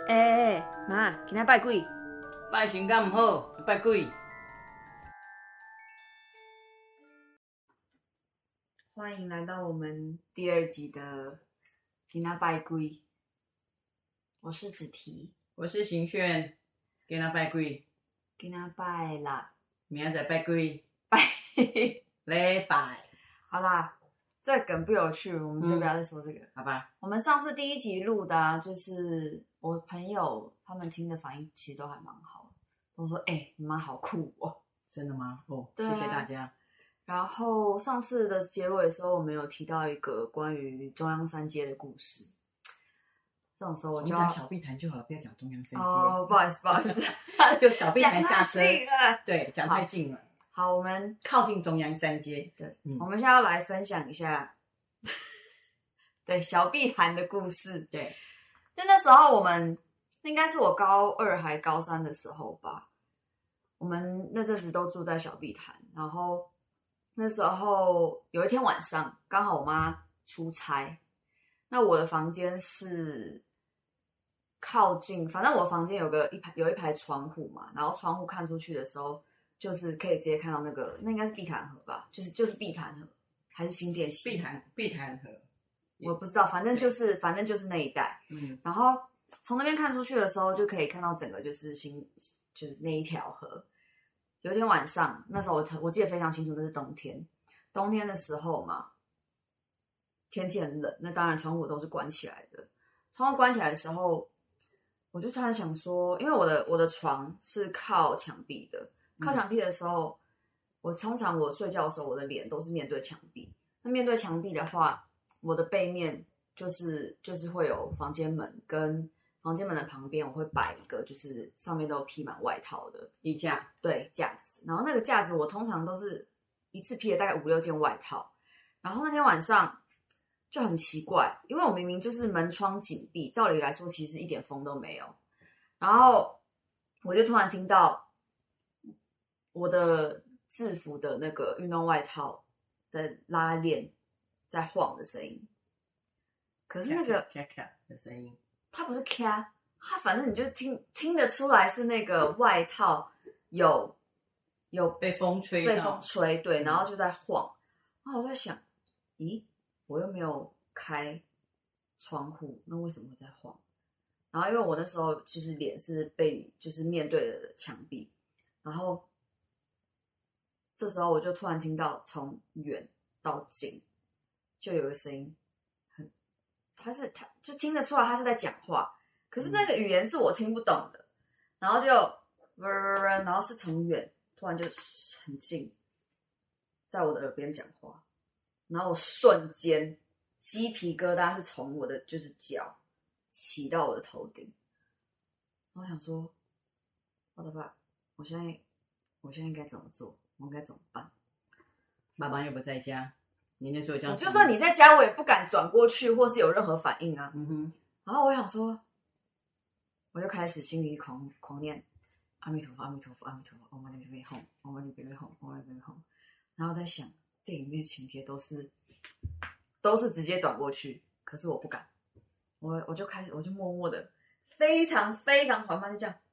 妈，今仔拜鬼？ 拜神敢毋好，拜鬼。 欢迎来到我们第2集的今仔拜鬼。我是子提， 我是邢炫，今仔拜鬼， 今仔拜啦， 明仔载拜鬼， 拜。 礼拜。 好啦，这梗不有趣，我们就不要再说这个， 好吧？ 我们上次第1集录的啊，就是我朋友他们听的反应其实都还蛮好的，都说你妈好酷哦。 真的吗？哦， 对啊谢谢大家。 然后上次的结尾的时候，我们有提到一个关于中央三街的故事。这种时候我就要讲小碧潭就好了，不要讲中央三街。 哦，不好意思，不好意思， 就小碧潭下车。 讲太近了对，讲太近了。 好，我们靠近中央三街。 对，我们现在要来分享一下，对小碧潭的故事。 对， 就那时候我们应该是我高2还高3的时候吧，我们那阵子都住在小碧潭，然后那时候有一天晚上，刚好我妈出差，那我的房间是靠近，反正我房间有一排窗户嘛，然后窗户看出去的时候，就是可以直接看到那应该是碧潭河吧，就是碧潭河还是新店溪？ 碧潭河， 我不知道，反正就是那一带。然后从那边看出去的时候，就可以看到整个就是那一条河。有一天晚上，那时候我记得非常清楚，那是冬天的时候嘛，天气很冷，那当然窗户都是关起来的。窗户关起来的时候，我就突然想说，因为我的床是靠墙壁的，靠墙壁的时候，通常我睡觉的时候，我的脸都是面对墙壁。那面对墙壁的话，我的背面就是会有房间门，跟房间门的旁边我会摆一个，就是上面都披满外套的衣架， 对，架子。然后那个架子我通常都是一次披了大概5-6件外套。然后那天晚上就很奇怪，因为我明明就是门窗紧闭，照理来说其实一点风都没有。然后我就突然听到我的制服的那个运动外套的拉链在晃的声音。可是那个咔咔的声音， 它不是咔，它反正你就听得出来是那个外套有被风吹， 对，然后就在晃。然后我在想，咦，我又没有开窗户，那为什么会在晃？然后因为我那时候就是脸是就是面对着墙壁，然后这时候我就突然听到从远到近就有个声音，他就听得出来他是在讲话，可是那个语言是我听不懂的，然后然后是从远突然就很近，在我的耳边讲话，然后我瞬间鸡皮疙瘩是从我的就是脚起到我的头顶，然后我想说，我的爸，我现在应该怎么做？我应该怎么办？ 爸爸又不在家，你那时候就算你在家，我也不敢转过去，或是有任何反应啊。然后我想说，我就开始心里狂念阿弥陀佛，阿弥陀佛，阿弥陀佛，唵嘛呢叭咪吽，唵嘛呢叭咪吽，唵嘛呢叭咪吽。然后在想，电影里面情节都是直接转过去，可是我不敢，我就默默的，非常非常缓慢的这样，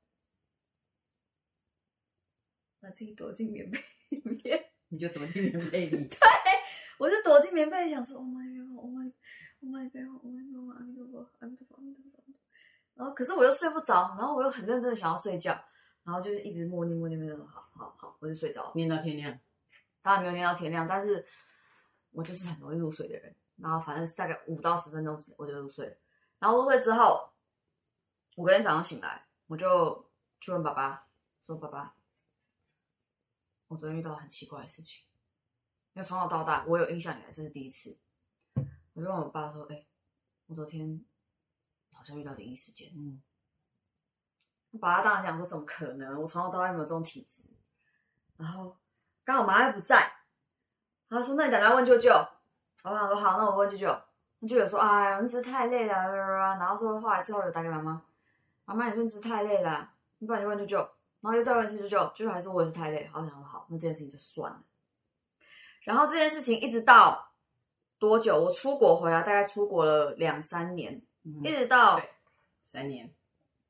把自己躲进棉被里面。 你就躲进棉被里。 对，我就躲进棉被，想说，唵嘛呢叭咪吽，唵嘛呢叭咪吽，唵嘛呢叭咪吽，阿弥陀佛，阿弥陀佛，阿弥陀佛。然后可是我又睡不着，然后我又很认真的想要睡觉，然后就是一直默念，好，我就睡着了。 念到天亮， 当然没有念到天亮，但是我就是很容易入睡的人。然后反正是大概5到10分钟我就入睡了。然后入睡之后，我隔天早上醒来，我就去问爸爸说：“爸爸，我昨天遇到很奇怪的事情。因为从小到大，我有印象以来这是第一次。”我就问我爸说：“我昨天好像遇到灵异事件。”我爸当然想说怎么可能？我从小到大有没有这种体质？然后刚好妈又不在，他说：“那你打电话问舅舅。”我想说好，那我问舅舅。那舅舅说：“哎呀，你只是太累了。”然后说后来最后有打给妈妈，妈妈也说你只是太累了，你不然就问舅舅。然后又再问一次舅舅，舅舅还说我也是太累。然后我想说好，那这件事情就算了。然后这件事情一直到多久？我出国回来，大概出国了2-3年，一直到 3年。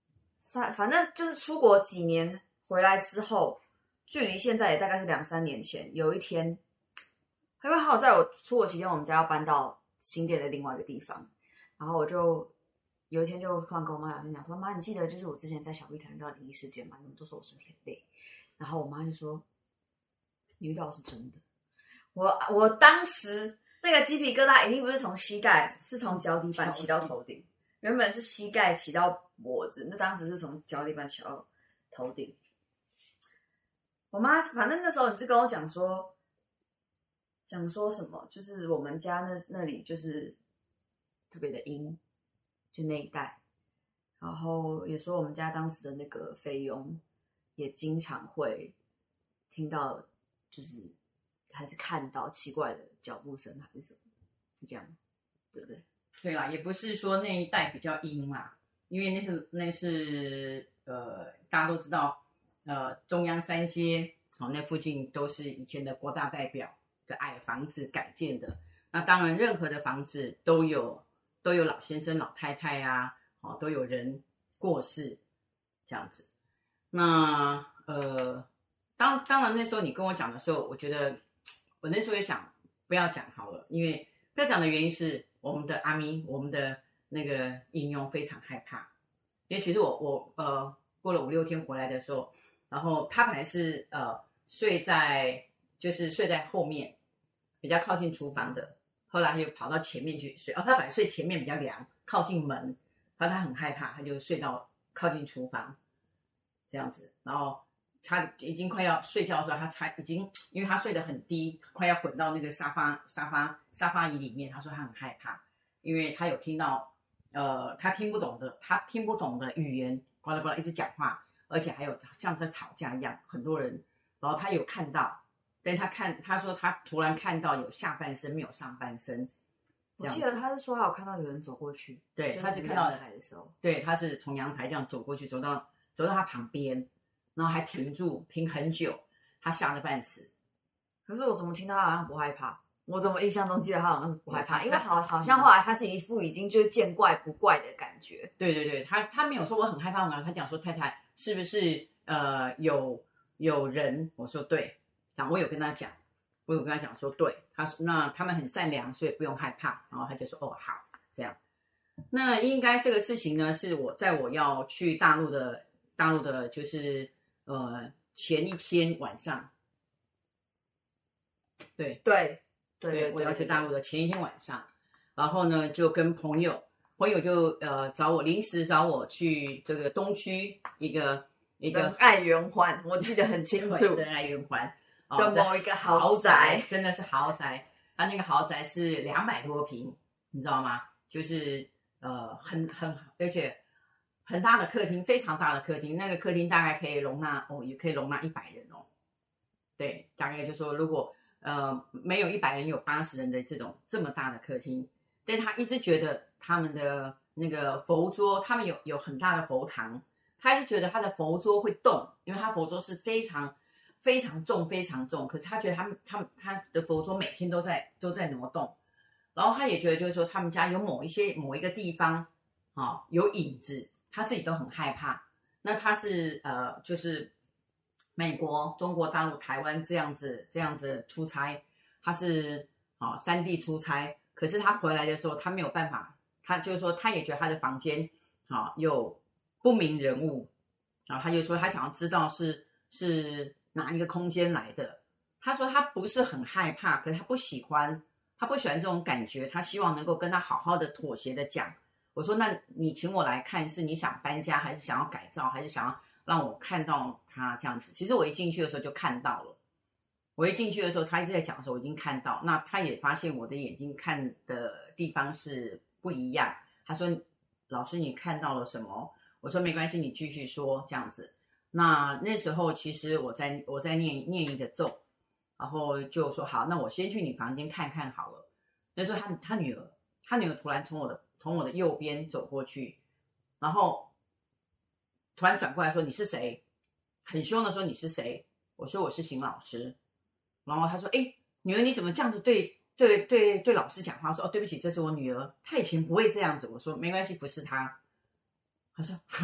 反正就是出国几年回来之后，距离现在也大概是2-3年前。有一天，因为好在我出国期间，我们家要搬到新店的另外一个地方，然后我就有一天就突然跟我妈聊天讲说：“妈，你记得就是我之前在小碧谈到灵异事件吗？你们都说我身体很累。”然后我妈就说：“你遇到的是真的。”我当时那个鸡皮疙瘩一定不是从膝盖，是从脚底板起到头顶。原本是膝盖起到脖子，那当时是从脚底板起到头顶。我妈反正那时候你是跟我讲说什么，就是我们家那里就是特别的阴，就那一带。然后也说我们家当时的那个菲佣也经常会听到，就是还是看到奇怪的脚步声还是什么，是这样，对不对？ 对啦，也不是说那一带比较阴嘛，因为那是大家都知道，中央三街那附近都是以前的国大代表的矮房子改建的。那当然，任何的房子都有老先生、老太太啊，都有人过世这样子。那当然那时候你跟我讲的时候，我觉得我那时候也想不要讲好了，因为不要讲的原因是我们的阿咪，我们的那个应用非常害怕，因为其实我过了5-6天回来的时候，然后他本来是睡在后面，比较靠近厨房的，后来他就跑到前面去睡。他本来睡前面比较凉，靠近门，然后他很害怕，他就睡到靠近厨房这样子，然后他已经快要睡觉的时候，他已经因为他睡得很低，快要滚到那个沙发椅里面。他说他很害怕，因为他有听到他听不懂的语言，呱啦呱啦一直讲话，而且还有像在吵架一样，很多人。然后他有看到，但他说他突然看到有下半身没有上半身。 我记得他是说他有看到有人走过去， 对，他是看到台的时候， 对，他是从阳台这样走过去，走到他旁边，然后还停很久，他吓得半死。 可是我怎么听到他好像不害怕？我怎么印象中记得他好像是不害怕，因为好像后来他是一副已经就是见怪不怪的感觉。 对，他没有说我很害怕，他讲说太太是不是有人？我说对，然后我有跟他讲说对，他说那他们很善良，所以不用害怕。然后他就说哦好，这样。那应该这个事情呢，是我要去大陆的，就是前一天晚上，对，我要去大陆的前一天晚上，然后呢就跟朋友就临时找我去这个东区一个仁爱圆环，我记得很清楚， 仁爱圆环的某一个豪宅， 真的是豪宅。它那个豪宅是200多平，你知道吗？就是而且很大的客厅，非常大的客厅。那个客厅大概可以容纳也可以容纳100人哦。对，大概就说如果没有100人，有80人的这么大的客厅。但他一直觉得他们的那个佛桌，他们有很大的佛堂，他一直觉得他的佛桌会动，因为他佛桌是非常非常重，非常重。可是他觉得他的佛桌每天都在挪动，然后他也觉得就是说他们家有某一个地方有影子，他自己都很害怕。那他是就是美国、中国大陆、台湾这样子出差，他是3地出差。可是他回来的时候，他没有办法，他就是说他也觉得他的房间有不明人物，然后他就说他想要知道是哪一个空间来的。他说他不是很害怕，可是他不喜欢这种感觉，他希望能够跟他好好的妥协的讲。我说那你请我来看，是你想搬家，还是想要改造，还是想要让我看到他这样子？其实我一进去的时候就看到了。我一进去的时候，他一直在讲的时候，我已经看到。那他也发现我的眼睛看的地方是不一样。他说：“老师，你看到了什么？”我说：“没关系，你继续说这样子。”那时候其实我在念一个咒，然后就说：“好，那我先去你房间看看好了。”那时候他女儿突然从我的右边走过去，然后突然转过来说：“你是谁？”很凶的说：“你是谁？”我说：“我是邢老师。”然后他说：“哎，女儿你怎么这样子对老师讲话？”我说：“哦，对不起，这是我女儿，她以前不会这样子。”我说：“没关系，不是她。”他说：“哈，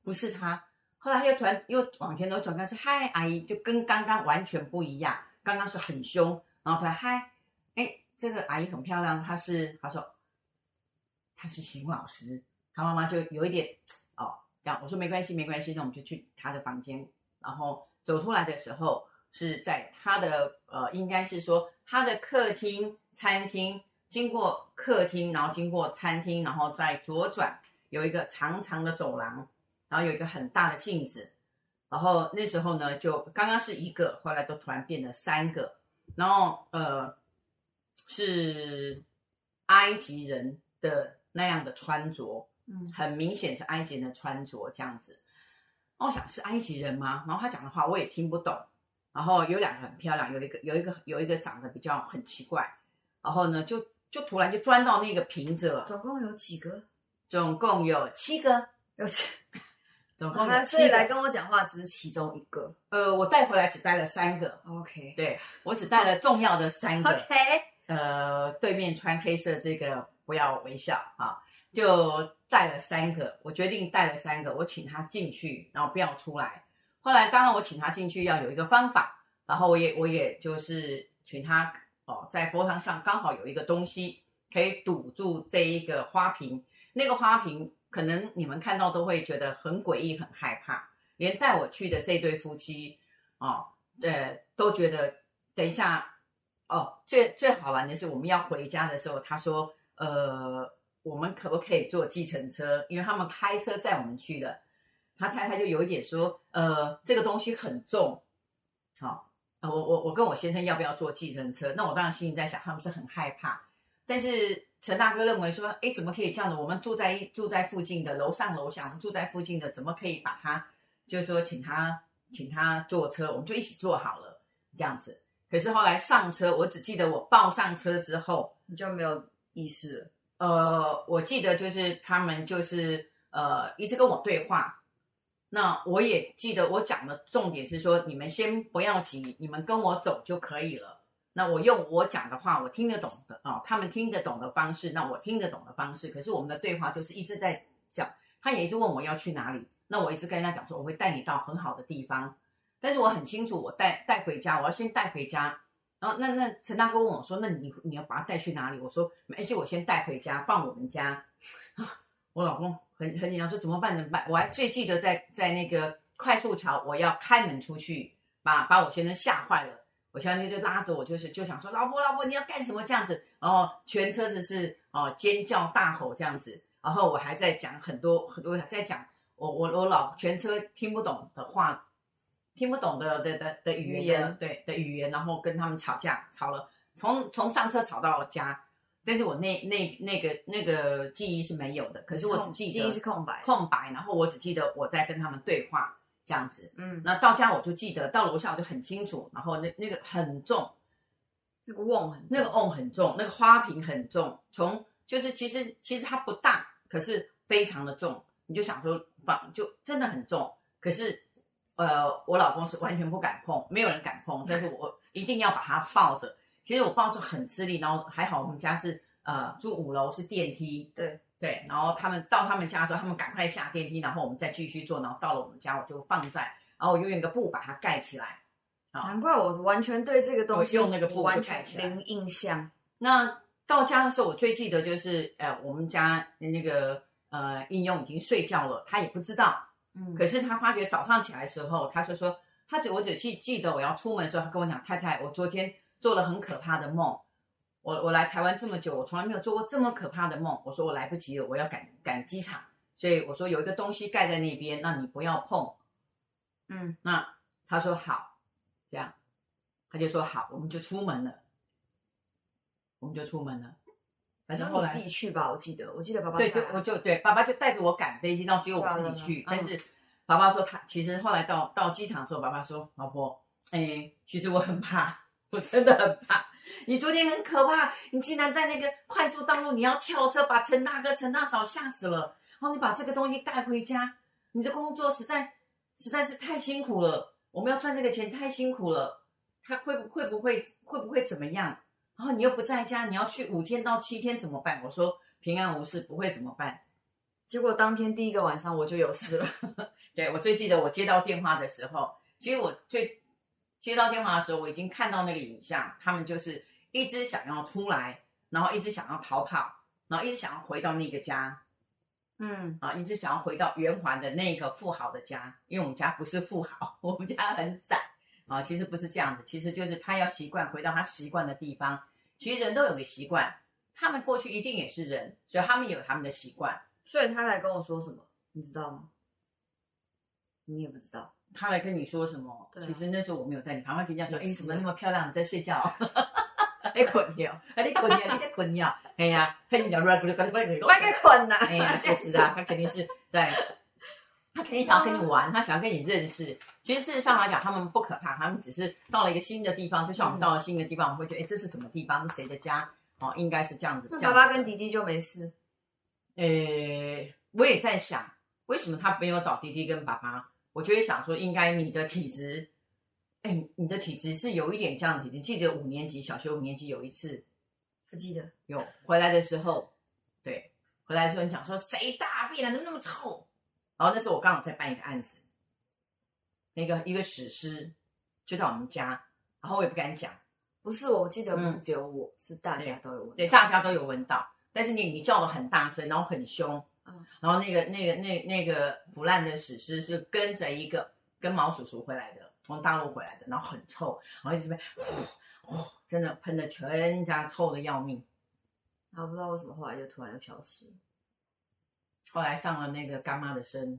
不是他。后来他又突然又往前头转看是嗨阿姨，就跟刚刚完全不一样。刚刚是很凶，然后突然嗨，哎，这个阿姨很漂亮，她说她是邢老师，她妈妈就有一点这样。我说没关系没关系，那我们就去她的房间。然后走出来的时候是在她的应该是说她的客厅餐厅，经过客厅，然后经过餐厅，然后再左转有一个长长的走廊，然后有一个很大的镜子。然后那时候呢，就刚刚是一个，后来都突然变了3个，然后是埃及人的那样的穿着，很明显是埃及人的穿着这样子。然后我想是埃及人吗？然后他讲的话我也听不懂。然后有2个很漂亮，有一个长得比较很奇怪，然后呢就突然就钻到那个瓶子了。 总共有几个？ 总共有7个， 有7。 总共有7个， 所以来跟我讲话只是其中一个。 我带回来只带了3个。 OK， 对，我只带了重要的3个。 OK， 对面穿黑色这个不要微笑啊，就带了3个。我决定带了3个，我请他进去，然后不要出来。后来当然我请他进去要有一个方法，然后我也就是请他在佛堂上刚好有一个东西可以堵住这一个花瓶。那个花瓶可能你们看到都会觉得很诡异很害怕，连带我去的这对夫妻都觉得等一下最好玩的是我们要回家的时候，他说我们可不可以坐计程车，因为他们开车载我们去的。他太太就有一点说这个东西很重，我跟我先生要不要坐计程车。那我当然心里在想他们是很害怕，但是陈大哥认为说怎么可以这样的，我们住在附近的楼上楼下，我们住在附近的，怎么可以把他就是说请他坐车，我们就一起坐好了这样子。可是后来上车，我只记得我抱上车之后你就没有意识了。我记得就是他们就是一直跟我对话。那我也记得我讲的重点是说，你们先不要急，你们跟我走就可以了。那我用我讲的话，我听得懂的他们听得懂的方式，那我听得懂的方式。可是我们的对话就是一直在讲，他也一直问我要去哪里。那我一直跟人家讲说，我会带你到很好的地方。但是我很清楚，我带回家，我要先带回家。然后那陈大哥问我说，那你要把他带去哪里？我说没关系，我先带回家，放我们家。我老公很紧张，说怎么办？我还最记得在那个快速桥，我要开门出去，把我先生吓坏了。我先生就拉着我，就想说老婆你要干什么这样子？然后全车子是尖叫大吼这样子。然后我还在讲很多在讲我全车听不懂的话，听不懂的语言，对的语言，然后跟他们吵架，吵了从上车吵到家。但是我那个记忆是没有的，可是我只记得记忆是空白， 然后我只记得我在跟他们对话这样子。那到家我就记得，到楼下我就很清楚，然后那个很重， 那个瓮很重，那个花瓶很重，就是其实它不大，可是非常的重，你就想说就真的很重。可是我老公是完全不敢碰，没有人敢碰，但是我一定要把它抱着。其实我抱是很吃力，然后还好我们家是住5楼是电梯，对，然后他们到他们家的时候，他们赶快下电梯，然后我们再继续坐，然后到了我们家我就放在，然后我就用一个布把它盖起来。 难怪我完全对这个东西用那个布就盖起来， 零印象。 那到家的时候，我最记得就是我们家那个应用已经睡觉了，他也不知道，可是他发觉早上起来的时候，他就说我只记得我要出门的时候，他跟我讲，太太，我昨天做了很可怕的梦。我来台湾这么久，我从来没有做过这么可怕的梦。我说我来不及了，我要赶机场，所以我说有一个东西盖在那边，那你不要碰。那他说好，这样他就说好，我们就出门了。反正后来你自己去吧，我记得爸爸对，爸爸就带着我赶飞机，到只有我自己去。但是爸爸说他其实后来到机场的时候，爸爸说老婆，其实我很怕。我真的很怕，你昨天很可怕，你竟然在那个快速道路你要跳车，把陈大哥陈大嫂吓死了。然后你把这个东西带回家，你的工作实在是太辛苦了，我们要赚这个钱太辛苦了，他会不会怎么样？然后你又不在家，你要去5天到7天怎么办？我说平安无事，不会怎么办？ 结果当天第一个晚上我就有事了。 对，我最记得我接到电话的时候，其实我接到电话的时候，我已经看到那个影像，他们就是一直想要出来，然后一直想要逃跑，然后一直想要回到那个家，一直想要回到圆环的那个富豪的家，因为我们家不是富豪，我们家很窄其实不是这样子，其实就是他要习惯回到他习惯的地方。其实人都有个习惯，他们过去一定也是人，所以他们有他们的习惯。 所以他来跟我说什么，你知道吗？你也不知道。 他来跟你说什么？其实那时候我没有在你旁边，跟人家说：“哎，怎么那么漂亮？你在睡觉？ 你困了， 你困了，你在困了。”哎呀，他跟你讲，我给困呐！ 哎呀，就是啊，他肯定是在，他肯定想要跟你玩，他想要跟你认识。其实事实上来讲，他们不可怕，他们只是到了一个新的地方，就像我们到了新的地方，我们会觉得，哎，这是什么地方？是谁的家？应该是这样子。 那爸爸跟弟弟就没事。 我也在想，为什么他没有找弟弟跟爸爸？我就会想说，应该你的体质，你的体质是有一点这样的体质。记得5年级，小学5年级有一次， 不记得有回来的时候，对，回来的时候你讲说谁大便了，怎么那么臭？然后那时候我刚好在办一个案子，一个史诗就在我们家，然后我也不敢讲。 不是我记得不是只有我，是大家都有闻到。 对，大家都有闻到，但是你叫的很大声，然后很凶。然后那个腐烂的史诗是跟着一个跟毛叔叔回来的，从大陆回来的，然后很臭，然后一直被真的喷的全家臭的要命。 然后不知道为什么后来就突然又消失了。 后来上了那个干妈的身，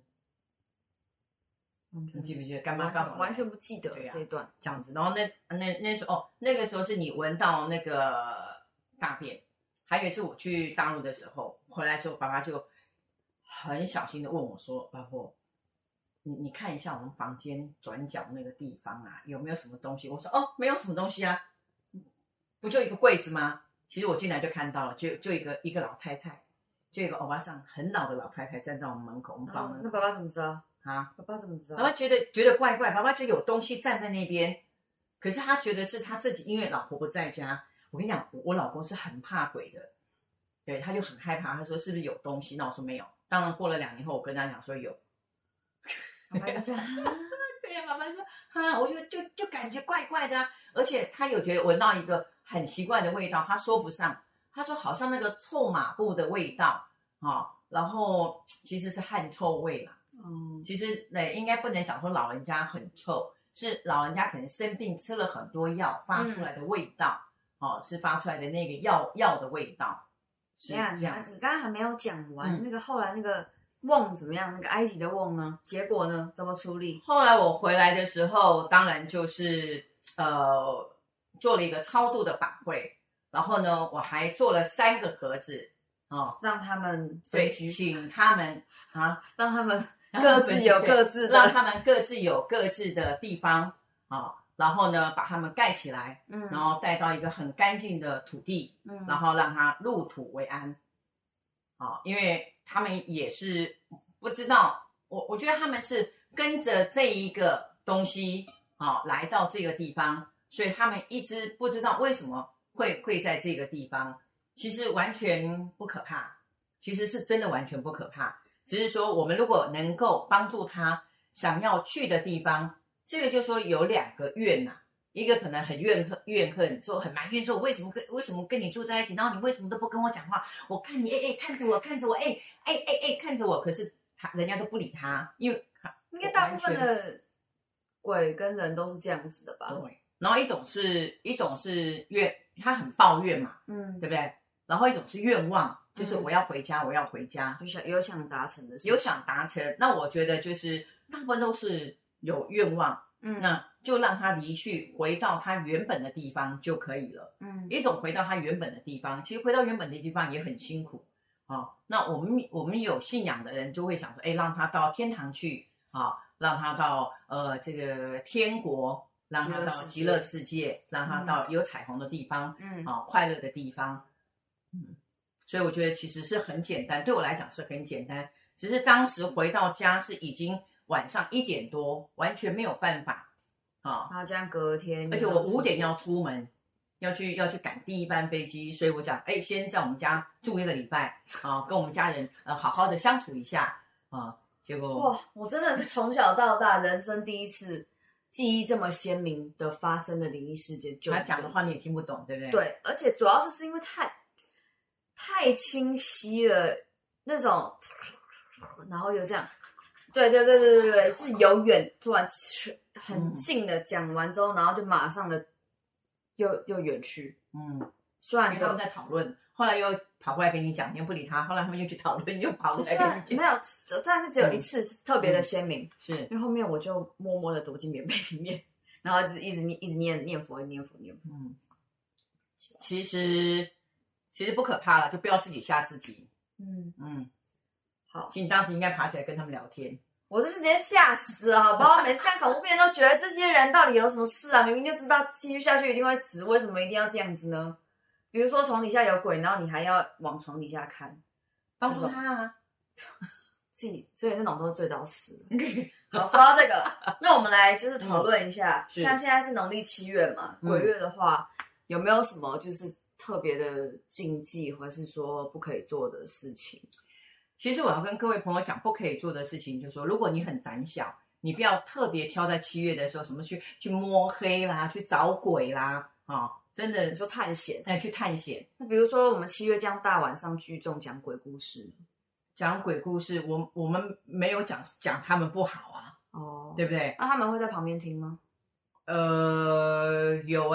你记不记得干妈刚好完全不记得这一段这样子。然后那时候那个时候是你闻到那个大便。还有一次我去大陆的时候，回来的时候爸爸就很小心的问我说：“老婆，你看一下我们房间转角那个地方啊，有没有什么东西？”我说：“没有什么东西啊，不就一个柜子吗？”其实我进来就看到了，就一个老太太，就一个欧巴桑很老的老太太站在我们门口，我们房门口。 那爸爸怎么知道啊？ 爸爸怎么知道？ 爸爸觉得怪怪，爸爸觉得有东西站在那边，可是他觉得是他自己，因为老婆不在家。我跟你讲，我老公是很怕鬼的，对，他就很害怕，他说是不是有东西？那我说没有。当然过了2年后，我跟他讲说有。 爸爸就这样， 对呀，爸爸说我就感觉怪怪的而且他有觉得闻到一个很奇怪的味道，他说不上，他说好像那个臭马布的味道然后其实是汗臭味啦。其实应该不能讲说老人家很臭，是老人家可能生病吃了很多药发出来的味道。是发出来的那个药的味道，是这样子。 你刚刚还没有讲完，那个后来那个瓮怎么样？那个埃及的瓮呢？结果呢？怎么处理？ 后来我回来的时候，当然就是做了一个超度的法会，然后呢，我还做了3个盒子让他们对，请他们让他们各自有各自的， 让他们各自有各自的地方然后呢，把它们盖起来，然后带到一个很干净的土地，然后让它入土为安。因为他们也是不知道，我觉得他们是跟着这一个东西来到这个地方，所以他们一直不知道为什么会在这个地方。其实完全不可怕，其实是真的完全不可怕，只是说我们如果能够帮助他想要去的地方。这个就说有2个怨一个可能很怨恨，说很埋怨，说我为什么跟你住在一起，然后你为什么都不跟我讲话？我看你看着我，看着我，看着我，可是人家都不理他，因为应该大部分的鬼跟人都是这样子的吧？ 对。然后一种是怨，他很抱怨嘛，对不对？然后一种是愿望，就是我要回家，我要回家， 有想达成的事， 有想达成。那我觉得就是大部分都是。有愿望，那就让他离去，回到他原本的地方就可以了。一种回到他原本的地方，其实回到原本的地方也很辛苦那我们有信仰的人就会想说，让他到天堂去让他到这个天国，让他到极乐世界，让他到有彩虹的地方，快乐的地方。所以我觉得其实是很简单，对我来讲是很简单，只是当时回到家是已经。晚上1点多，完全没有办法然后这样隔天， 而且我5点要出门， 要去赶第一班飞机，所以我讲，哎，先在我们家住1个礼拜啊，跟我们家人好好的相处一下啊。结果哇，我真的是从小到大人生第一次记忆这么鲜明的发生的灵异事件，就是他讲的话你也听不懂，对不对？ 对，而且主要是因为太清晰了，那种，然后又这样，对，是由远突然很近的讲完之后，然后就马上的又远去。虽然他们在讨论，后来又跑过来跟你讲，你又不理他，后来他们又去讨论，又跑过来跟你讲。 没有，但是只有一次特别的鲜明， 是因为后面我就默默的躲进棉被里面，然后一直念佛。 其实不可怕了，就不要自己吓自己。好，其实你当时应该爬起来跟他们聊天。 我就是直接吓死了，好不好？每次看恐怖片都觉得这些人到底有什么事啊？明明就知道继续下去一定会死，为什么一定要这样子呢？比如说床底下有鬼，然后你还要往床底下看， 帮助他啊， 自己，所以那种都是最早死的。好，说到这个，那我们来就是讨论一下，像现在是农历7月嘛，鬼月的话，有没有什么就是特别的禁忌，或者是说不可以做的事情？ 其实我要跟各位朋友讲，不可以做的事情，就是说，如果你很胆小，你不要特别挑在7月的时候，什么去摸黑啦，去找鬼啦，真的你说探险， 去探险。 那比如说我们7月这样大晚上聚众讲鬼故事， 讲鬼故事，我们没有讲他们不好啊，对不对？ 那他们会在旁边听吗？ 有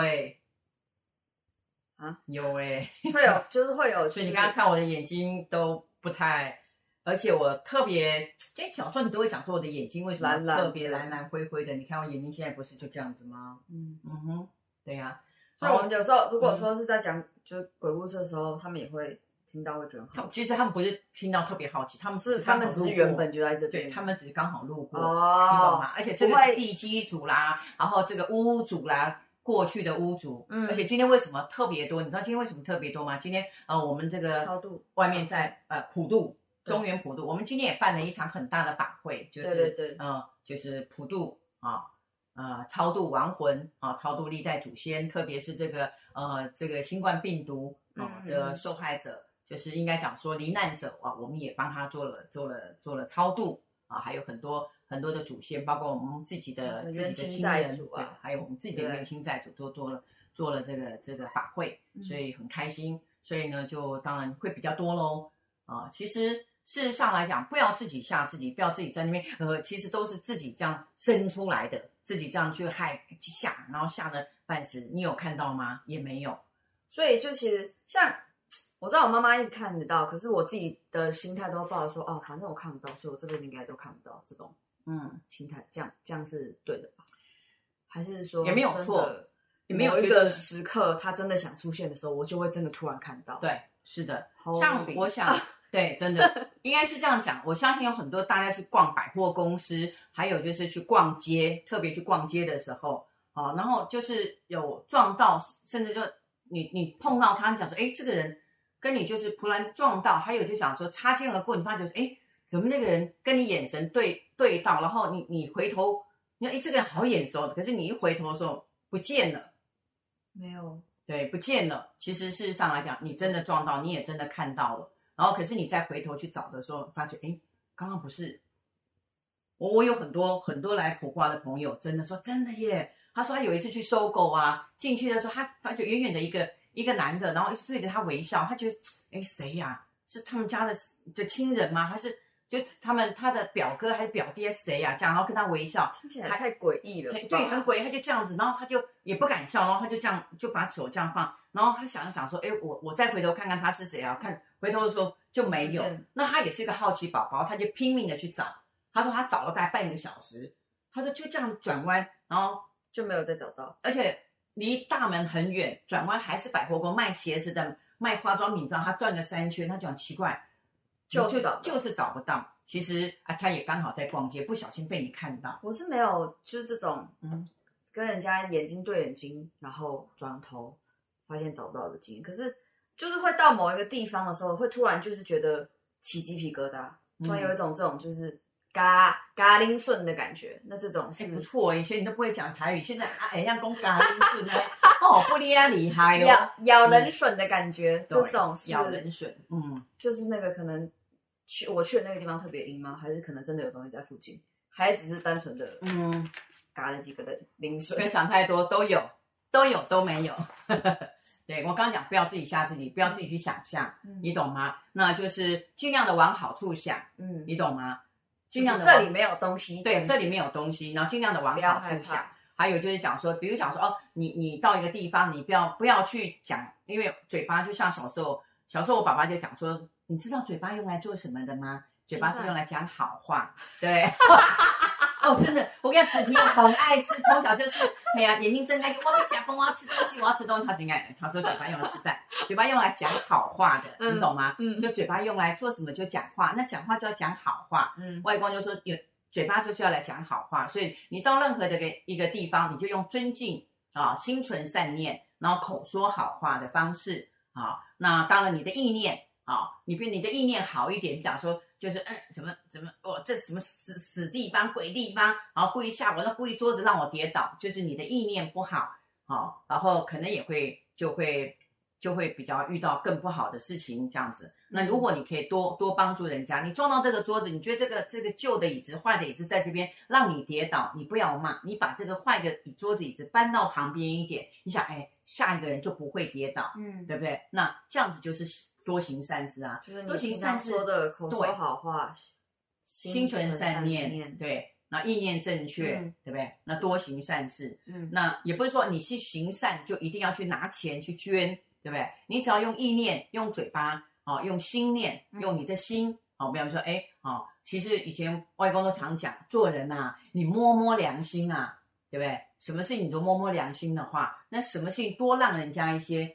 有会有，就是会有， 所以你刚刚看我的眼睛都不太，而且我特别，小时候你都会讲说我的眼睛为什么特别蓝蓝灰灰的？你看我眼睛现在不是就这样子吗？对呀。 所以我们有时候如果说是在讲就鬼故事的时候，他们也会听到，会觉得很好奇。 其实他们不是听到特别好奇，他们只是原本就在这边， 对，他们只是刚好路过，你懂吗？而且这个是地基主啦，然后这个屋主啦。过去的屋主，而且今天为什么特别多？你知道今天为什么特别多吗？今天我们这个超度外面在普渡中原普渡，我们今天也办了一场很大的法会，就是对就是普渡超度亡魂超度历代祖先，特别是这个新冠病毒的受害者，就是应该讲说罹难者我们也帮他做了超度还有很多的祖先，包括我们自己的亲人对，还有我们自己的冤亲债主都做了这个法会，所以很开心。所以呢，就当然会比较多咯其实事实上来讲，不要自己吓自己，不要自己在那边其实都是自己这样生出来的，自己这样去吓，然后吓得半死。你有看到吗？也没有。 所以就其实像我知道我妈妈一直看得到，可是我自己的心态都抱着说反正我看不到，所以我这辈子应该都看不到这种心态，这样是对的吧？还是说也没有错？ 也没有一个时刻他真的想出现的时候，我就会真的突然看到。 对，是的，像我想对，真的应该是这样讲。我相信有很多大家去逛百货公司，还有就是去逛街，特别去逛街的时候然后就是有撞到，甚至就你碰到他，你讲说这个人跟你就是突然撞到，还有就想说擦肩而过，你发觉怎么那个人跟你眼神对到，然后你回头，你说这个人好眼熟，可是你一回头的时候不见了， 没有， 对，不见了。其实事实上来讲，你真的撞到，你也真的看到了，然后可是你再回头去找的时候，发觉刚刚不是。我有很多来卜卦的朋友，真的说真的耶。他说他有一次去收购进去的时候，他发觉远远的一个男的，然后一直对着他微笑，他觉得谁呀？是他们家的亲人吗？还是就他的表哥还是表弟还是谁呀？这样，然后跟他微笑， 听起来太诡异了。 对，很诡异。他就这样子，然后他就也不敢笑，然后他就这样就把手这样放，然后他想说，我再回头看看他是谁啊？看回头的时候就没有。那他也是一个好奇宝宝，他就拼命的去找。他说他找了大概半个小时，他说就这样转弯，然后就没有再找到， 而且离大门很远，转弯还是百货公卖鞋子的、卖化妆品，他转了3圈，他就很奇怪，就是找不到。其实他也刚好在逛街，不小心被你看到。 我是没有，就是这种跟人家眼睛对眼睛，然后转头发现找不到的经验。可是就是会到某一个地方的时候，会突然就是觉得起鸡皮疙瘩，突然有一种这种就是嘎铃顺的感觉。那这种是不错，以前你都不会讲台语，现在像公嘎铃顺呢，不厉害哦， 咬人笋的感觉，这种是咬人笋， 就是那个可能我去的那个地方特别阴吗？还是可能真的有东西在附近，还只是单纯的嘎了几个的零水？ 别想太多，都有都没有。对，我刚刚讲，不要自己吓自己，不要自己去想象，你懂吗？那就是尽量的往好处想，你懂吗？尽量的这里没有东西， 对，这里没有东西，然后尽量的往好处想。还有就是讲说，比如讲说你到一个地方，你不要去讲，因为嘴巴就像小时候我爸爸就讲说，你知道嘴巴用来做什么的吗？嘴巴是用来讲好话，对。哦，真的，我跟你讲，子婷很爱吃，从小就是，眼睛睁开，我要讲饭，我要吃东西，他应该他说嘴巴用来吃饭，嘴巴用来讲好话的，你懂吗？就嘴巴用来做什么就讲话，那讲话就要讲好话。外公就说嘴巴就是要来讲好话，所以你到任何的一个地方，你就用尊敬心存善念，然后口说好话的方式那当然你的意念你的意念好一点，比方说就是怎么这什么死地方鬼地方，然后故意吓我，那故意桌子让我跌倒，就是你的意念不好然后可能也会就会比较遇到更不好的事情这样子。那如果你可以多帮助人家，你撞到这个桌子，你觉得这个旧的椅子坏的椅子在这边让你跌倒，你不要骂，你把这个坏的桌子椅子搬到旁边一点，你想下一个人就不会跌倒，对不对？那这样子就是多行善事啊， 就是你平常说的口说好话， 心存善念，对，那意念正确，对不对？那多行善事，那也不是说你去行善就一定要去拿钱去捐，对不对？你只要用意念，用嘴巴用心念，用你的心比方说其实以前外公都常讲，做人你摸摸良心对不对？什么事情你都摸摸良心的话，那什么事情多让人家一些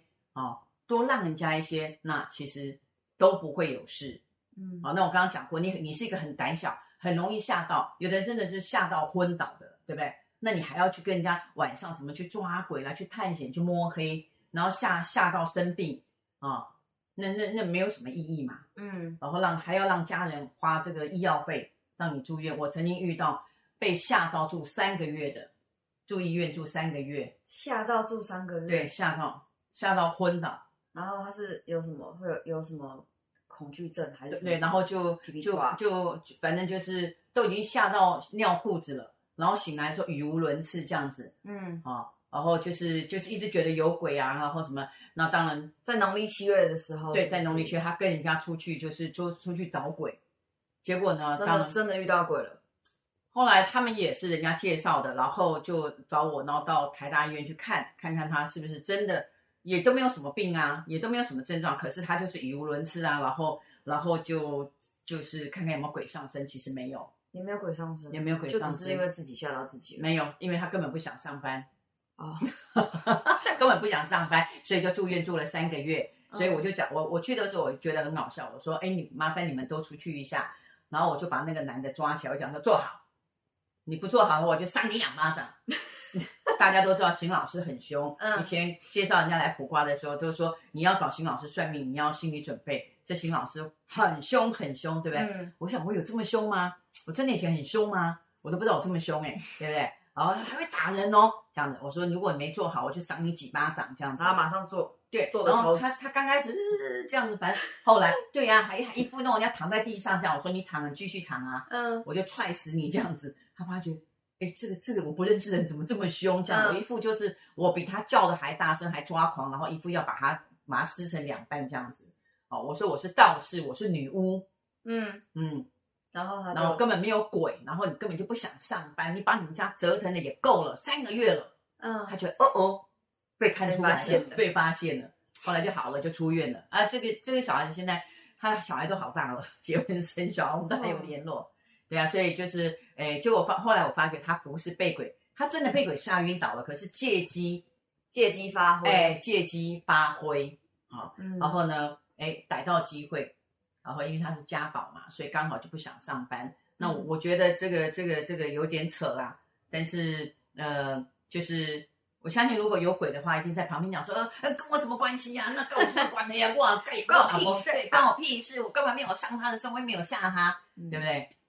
那其实都不会有事。那我刚刚讲过，你是一个很胆小，很容易吓到，有的人真的是吓到昏倒的，对不对？那你还要去跟人家晚上怎么去抓鬼来去探险去摸黑，然后吓到生病那没有什么意义嘛。然后还要让家人花这个医药费让你住院。我曾经遇到被吓到住3个月的，住医院住3个月， 吓到住3个月， 对，吓到昏倒。 然后他是有什么会有什么恐惧症还是什么？ 对，然后就反正就是都已经吓到尿裤子了，然后醒来说语无伦次这样子。然后就是一直觉得有鬼然后什么。那当然在农历7月的时候， 对，在农历7月他跟人家出去就是出去找鬼，结果呢真的遇到鬼了。 后来他们也是人家介绍的，然后就找我，然后到台大医院去看看他是不是真的，也都没有什么病也都没有什么症状，可是他就是语无伦次然后就是看看有没有鬼上身，其实没有， 也没有鬼上身， 也没有鬼上身， 就只是因为自己吓到自己了。 没有，因为他根本不想上班根本不想上班，所以就住院住了3个月。所以我就讲，我去的时候我觉得很搞笑，我说你麻烦你们都出去一下，然后我就把那个男的抓起来，我讲说坐好，你不坐好的话我就扇你2巴掌大家都知道邢老师很凶，以前介绍人家来卜卦的时候都说你要找邢老师算命，你要心理准备，这邢老师很凶很凶，对不对？我想我有这么凶吗？我真的以前很凶吗？我都不知道我这么凶对不对？然后还会打人这样子。我说如果你没做好，我就赏你几巴掌这样子。 然后马上做， 对， 做的然后他刚开始这样子，反正后来对还一副那种人家躺在地上这样，我说你躺，你继续躺我就踹死你这样子。他发觉这个我不认识的人怎么这么凶这样，我一副就是我比他叫的还大声还抓狂，然后一副要把它撕成2半这样子。我说我是道士，我是女巫，然后根本没有鬼，然后你根本就不想上班，你把你们家折腾的也够了，3个月了。他觉得被看出来了，被发现了，后来就好了，就出院了这个小孩子现在他小孩都好大了，结婚生小孩，我们都还有联络。对所以就是结果后来我发觉他不是被鬼，他真的被鬼吓晕倒了，可是借机发挥， 借机发挥然后呢逮到机会，然后因为他是家宝嘛，所以刚好就不想上班。那我觉得这个有点扯啦，但是就是我相信如果有鬼的话，一定在旁边讲说跟我什么关系呀？那跟我什么关系呀？关我屁事，我根本没有上他的身，我也没有吓他，对不对？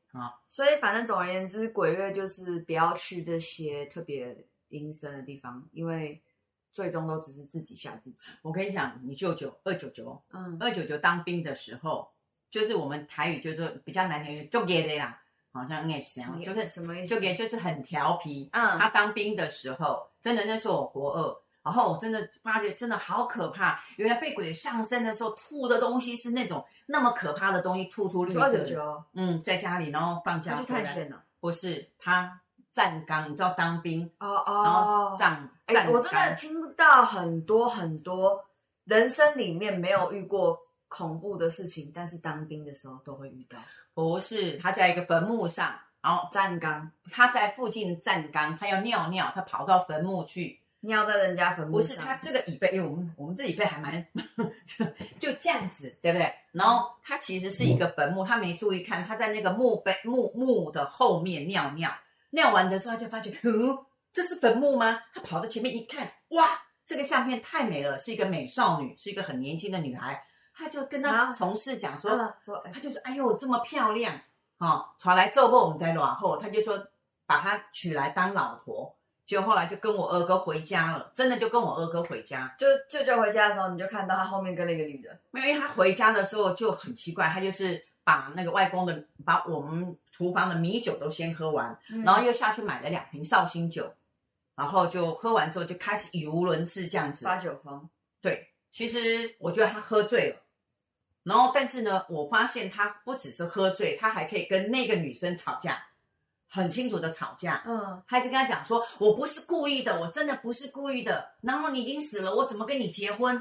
所以反正总而言之，鬼月就是不要去这些特别阴森的地方，因为最终都只是自己吓自己。 我跟你讲，你舅舅299， 嗯 299当兵的时候，就是我们台语就是比较难听，就给的啦，好像也想就是什么意思？ 就给就是很调皮。 嗯， 他当兵的时候，真的那时候我国2，然后我真的发觉真的好可怕，原来被鬼上身的时候吐的东西是那种那么可怕的东西，吐出绿色的。 299， 在家里，然后放假他去探险了。 不是他站岗，你知道当兵哦然后站我真的听到很多很多人生里面没有遇过恐怖的事情，但是当兵的时候都会遇到。 不是他在一个坟墓上，然后站岗， 他在附近站岗，他要尿尿，他跑到坟墓去。 尿在人家坟墓上。 不是他这个椅背，因为我们这椅背还蛮就这样子，对不对？然后他其实是一个坟墓，他没注意看，他在那个墓的后面尿尿，尿完的时候他就发觉，这是坟墓吗？他跑到前面一看，哇，这个相片太美了，是一个美少女，是一个很年轻的女孩，他就跟他同事讲说，他就说，哎呦，这么漂亮，传来奏报我们在软后，他就说把她娶来当老婆。就后来就跟我二哥回家了，真的就跟我二哥回家。 就舅舅回家的时候，你就看到他后面跟了一个女的。 没有，因为他回家的时候就很奇怪，他就是把那个外公的，把我们厨房的米酒都先喝完，然后又下去买了2瓶绍兴酒，然后就喝完之后就开始语无伦次这样子。 发酒疯。 对，其实我觉得他喝醉了，然后但是呢，我发现他不只是喝醉，他还可以跟那个女生吵架。很清楚的吵架，他就跟他讲说，我不是故意的，我真的不是故意的，然后你已经死了，我怎么跟你结婚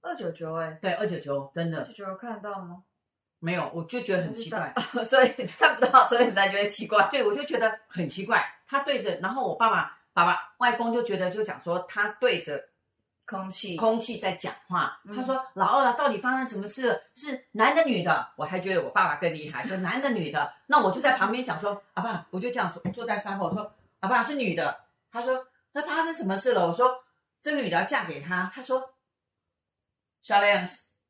？299 对，299真的。 299看得到吗？ 没有，我就觉得很奇怪， 所以看不到，所以你才觉得奇怪。 对，我就觉得很奇怪，他对着，然后我爸爸外公就觉得就讲说，他对着空气在讲话，他说老二到底发生什么事了？是男的女的？我还觉得我爸爸更厉害，说男的女的。那我就在旁边讲说，阿爸，我就这样坐在山后，我说阿爸是女的。他说那发生什么事了？我说这女的要嫁给他。他说小亮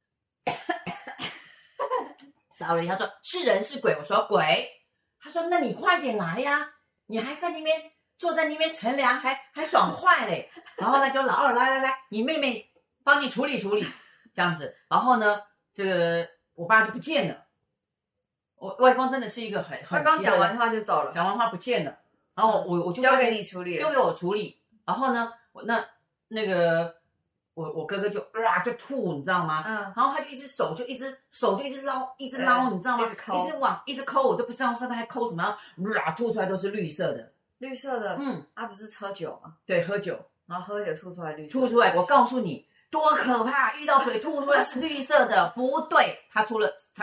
，sorry， 他说是人是鬼？我说鬼。他说那你快点来呀，你还在那边坐在那边乘凉，还爽快嘞。然后呢，就老二来，你妹妹帮你处理处理，这样子。然后呢，这个我爸就不见了。我外公真的是一个很外公讲完话就走了， 讲完话不见了。然后我就交给你处理了， 丢给我处理。然后呢，那个我哥哥就就吐，你知道吗？然后他就手就一直捞，一直捞，你知道吗？一直抠，我都不知道他在抠什么，吐出来都是绿色的。 绿色的，不是喝酒吗？ 对，喝酒， 然后喝酒吐出来绿色， 吐出来，我告诉你多可怕！遇到鬼吐出来是绿色的，不对，他吃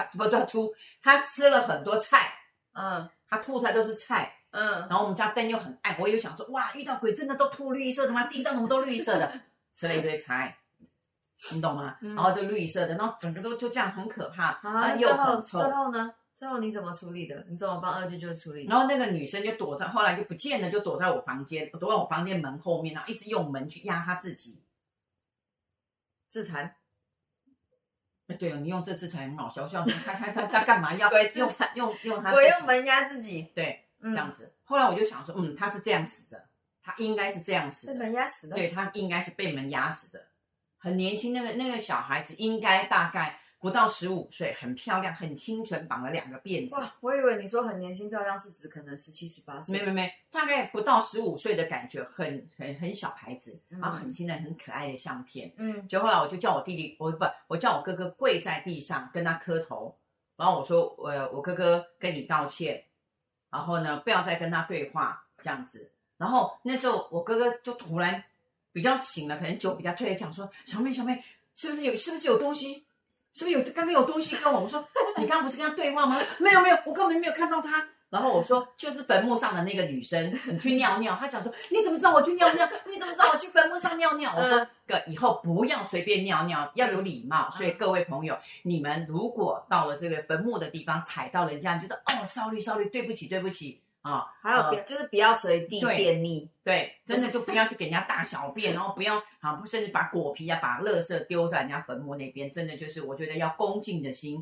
了很多菜，他吐出来都是菜，然后我们家灯又很暗，我又想说，哇，遇到鬼真的都吐绿色的吗？地上怎么都绿色的？吃了一堆菜，你懂吗？然后就绿色的，然后整个都就这样很可怕，又很臭。 最后呢？最后你怎么处理的？你怎么帮299处理？ 然后那个女生就后来就不见了，就躲在我房间门后面，然后一直用门去压她自己。 自残？ 对哦，你用这自残很好笑，他干嘛要用他？ 我用门压自己。 对，这样子。后来我就想说，他是这样死的，他应该是这样死的， 被门压死的。 对，他应该是被门压死的，很年轻，那个小孩子应该大概不到15岁，很漂亮，很清纯，绑了2个辫子。 哇，我以为你说很年轻漂亮是指可能17、18岁。 没，大概不到15岁的感觉，很小孩子，然后很清纯、很可爱的相片。就后来我就叫我弟弟，我叫我哥哥跪在地上跟他磕头，然后我说我哥哥跟你道歉，然后呢不要再跟他对话这样子。然后那时候我哥哥就突然比较醒了，可能酒比较退，讲说小妹是不是有东西？是不是刚刚有东西跟我？我说你刚刚不是跟他对话吗？没有，我根本没有看到他。然后我说就是坟墓上的那个女生，你去尿尿。他想说你怎么知道我去尿尿？你怎么知道我去坟墓上尿尿？我说哥，以后不要随便尿尿，要有礼貌。所以各位朋友，你们如果到了这个坟墓的地方踩到人家，你就说哦少律，对不起啊。 还有就是不要随地便溺， 对，真的就不要去给人家大小便，然后不要甚至把果皮把垃圾丢在人家坟墓那边，真的就是我觉得要恭敬的心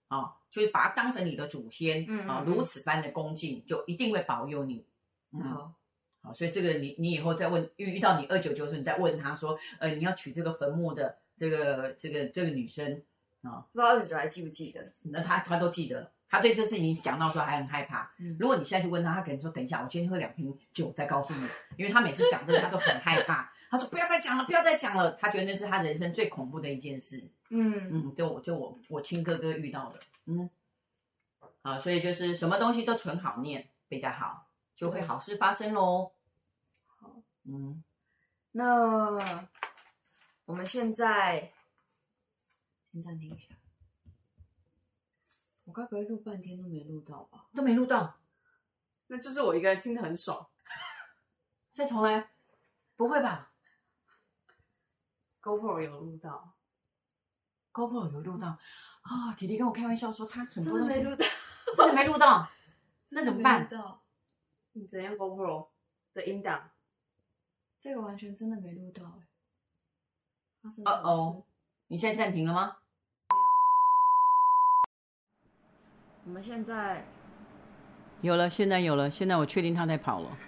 就是把它当成你的祖先如此般的恭敬，就一定会保佑你。好，所以这个你以后再问遇到你299的时候，你再问他说，你要娶这个坟墓的这个女生不知道299还记不记得？ 那他都记得了。他对这事情讲到说还很害怕。如果你现在去问他，他可能说等一下，我今天喝2瓶酒再告诉你，因为他每次讲这个他都很害怕。他说不要再讲了，不要再讲了，他觉得那是他人生最恐怖的一件事。我亲哥哥遇到的。所以就是什么东西都存好念比较好，就会好事发生咯。 好，那我们现在先暂停一下。我该不会录半天都没录到吧？ 都没录到， 那就是我一个人听得很爽。 再重来？不会吧 ？GoPro 有录到 ，GoPro 有录到弟弟跟我开玩笑说他很多真的没录到， 真的没录到，那怎么办？ 你怎样 GoPro 的音档？ 这个完全真的没录到发生什么事？ 你现在暂停了吗？ 我们现在有了，现在有了，现在我确定他在跑了。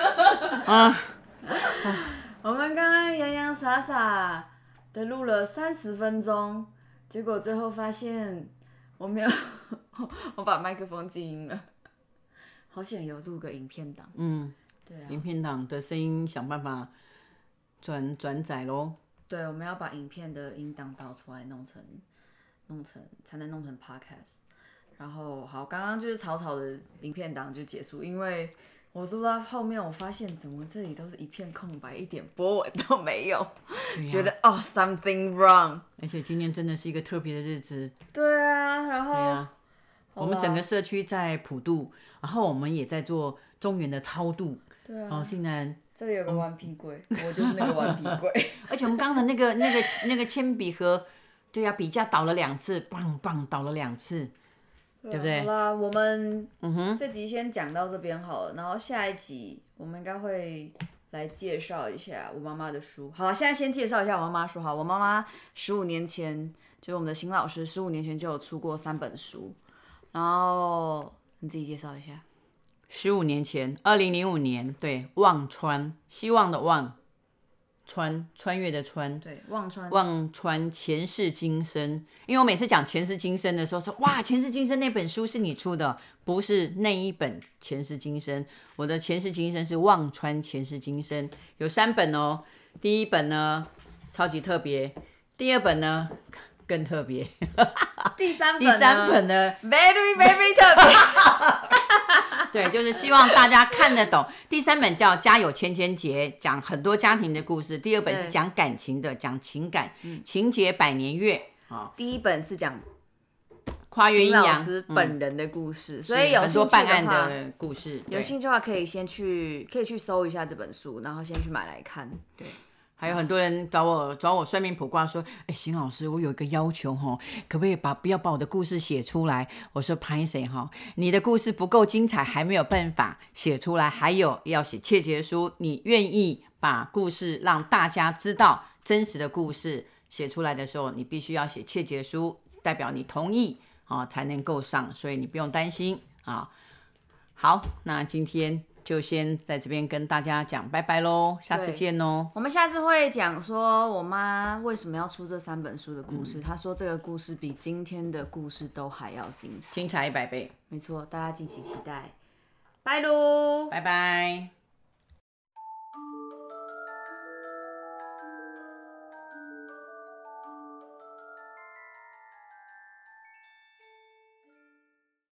我们刚刚洋洋洒洒的录了30分钟，结果最后发现我没有，我把麦克风静音了。好险有录个影片档。对啊， 影片档的声音想办法转载咯。 对，我们要把影片的音档导出来，弄成才能弄成 podcast。然后好，刚刚就是草草的影片档就结束，因为我录到后面，我发现怎么这里都是一片空白，一点波纹都没有，觉得something wrong。 而且今天真的是一个特别的日子。 对啊，然后对啊，我们整个社区在普渡，然后我们也在做中原的超度。 对啊， 竟然这里有个顽皮鬼，我就是那个顽皮鬼。 而且我们刚刚的那个铅笔盒，对啊，笔架倒了2次，棒倒了2次。对不对？ 好啦，我们这集先讲到这边好了，然后下一集我们应该会来介绍一下我妈妈的书。好了，现在先介绍一下我妈妈的书。好，我妈妈15年前，就是我们的邢老师15年前就有出过3本书，然后你自己介绍一下。 15年前，2005年，对，忘川，希望的忘，穿越的穿， 对， 忘川前世今生。因为我每次讲前世今生的时候说，哇，前世今生那本书是你出的，不是那一本前世今生，我的前世今生是忘川前世今生，有3本哦。第1本呢超级特别，第2本呢更特别， 第三本呢 very very 特别。 对，就是希望大家看得懂。第3本叫《家有千千结》，讲很多家庭的故事；第2本是讲感情的，讲情感，情节百年月。 第1本是讲跨越阴阳老师本人的故事，所以有很多办案的故事。 有兴趣的话，可以去搜一下这本书，然后先去买来看。 对。还有很多人找我算命卜卦说，邢老师，我有一个要求可不可以不要把我的故事写出来？我说拍谁你的故事不够精彩，还没有办法写出来。还有要写切结书，你愿意把故事让大家知道真实的故事写出来的时候，你必须要写切结书，代表你同意才能够上，所以你不用担心好，那今天就先在这边跟大家讲拜拜咯，下次见咯。 我们下次会讲说我妈为什么要出这3本书的故事。她说这个故事比今天的故事都还要精彩， 精彩100倍。 没错，大家敬请期待。拜喽， 拜拜。